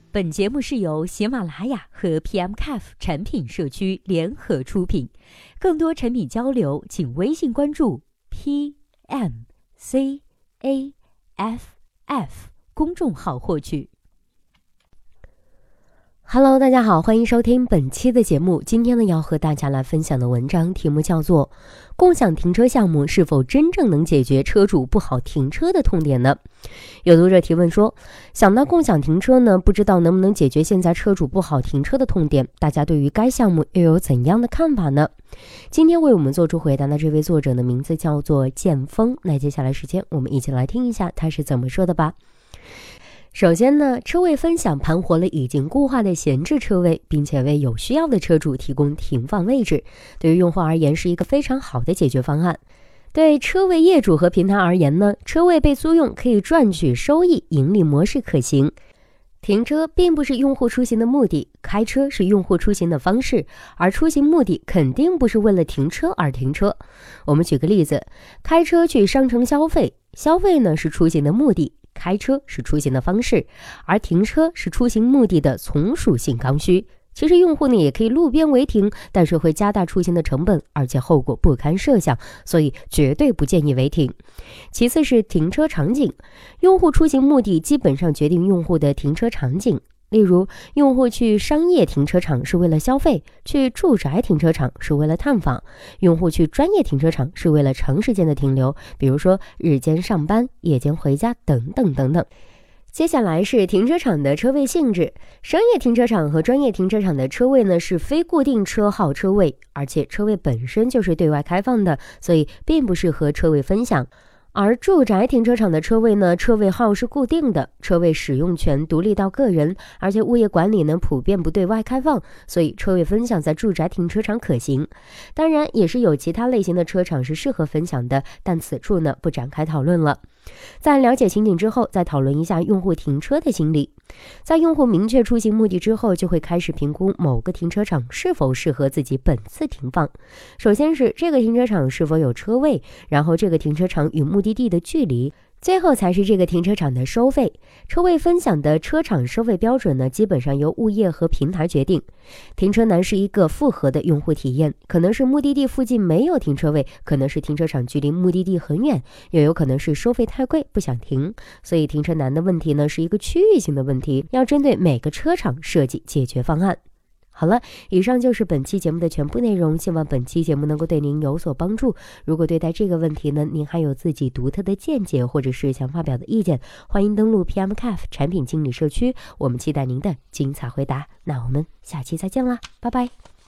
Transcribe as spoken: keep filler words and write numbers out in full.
本节目是由喜马拉雅和 P M C A F 产品社区联合出品，更多产品交流请微信关注 P M C A F F 公众号获取。Hello， 大家好，欢迎收听本期的节目。今天呢，要和大家来分享的文章题目叫做“共享停车项目是否真正能解决车主不好停车的痛点呢？”有读者提问说，想到共享停车呢，不知道能不能解决现在车主不好停车的痛点？大家对于该项目又有怎样的看法呢？今天为我们做出回答的这位作者的名字叫做剑锋。那接下来时间，我们一起来听一下他是怎么说的吧。首先呢，车位分享盘活了已经固化的闲置车位，并且为有需要的车主提供停放位置，对于用户而言是一个非常好的解决方案。对车位业主和平台而言呢，车位被租用可以赚取收益，盈利模式可行。停车并不是用户出行的目的，开车是用户出行的方式，而出行目的肯定不是为了停车而停车。我们举个例子，开车去商城消费，消费呢是出行的目的，开车是出行的方式，而停车是出行目的的从属性刚需。其实用户呢也可以路边违停，但是会加大出行的成本，而且后果不堪设想，所以绝对不建议违停。其次是停车场景，用户出行目的基本上决定用户的停车场景。例如，用户去商业停车场是为了消费，去住宅停车场是为了探访，用户去专业停车场是为了长时间的停留，比如说日间上班、夜间回家等等等等。接下来是停车场的车位性质，商业停车场和专业停车场的车位呢是非固定车号车位，而且车位本身就是对外开放的，所以并不适合车位分享。而住宅停车场的车位呢，车位号是固定的，车位使用权独立到个人，而且物业管理呢普遍不对外开放，所以车位分享在住宅停车场可行。当然也是有其他类型的车场是适合分享的，但此处呢不展开讨论了。在了解情景之后，再讨论一下用户停车的心理。在用户明确出行目的之后，就会开始评估某个停车场是否适合自己本次停放。首先是这个停车场是否有车位，然后这个停车场与目的地的距离，最后才是这个停车场的收费。车位分享的车场收费标准呢，基本上由物业和平台决定。停车难是一个复合的用户体验，可能是目的地附近没有停车位，可能是停车场距离目的地很远，又有可能是收费太贵不想停。所以停车难的问题呢，是一个区域性的问题，要针对每个车场设计解决方案。好了，以上就是本期节目的全部内容，希望本期节目能够对您有所帮助。如果对待这个问题呢，您还有自己独特的见解，或者是想发表的意见，欢迎登录 P M C A F 产品经理社区，我们期待您的精彩回答。那我们下期再见啦，拜拜。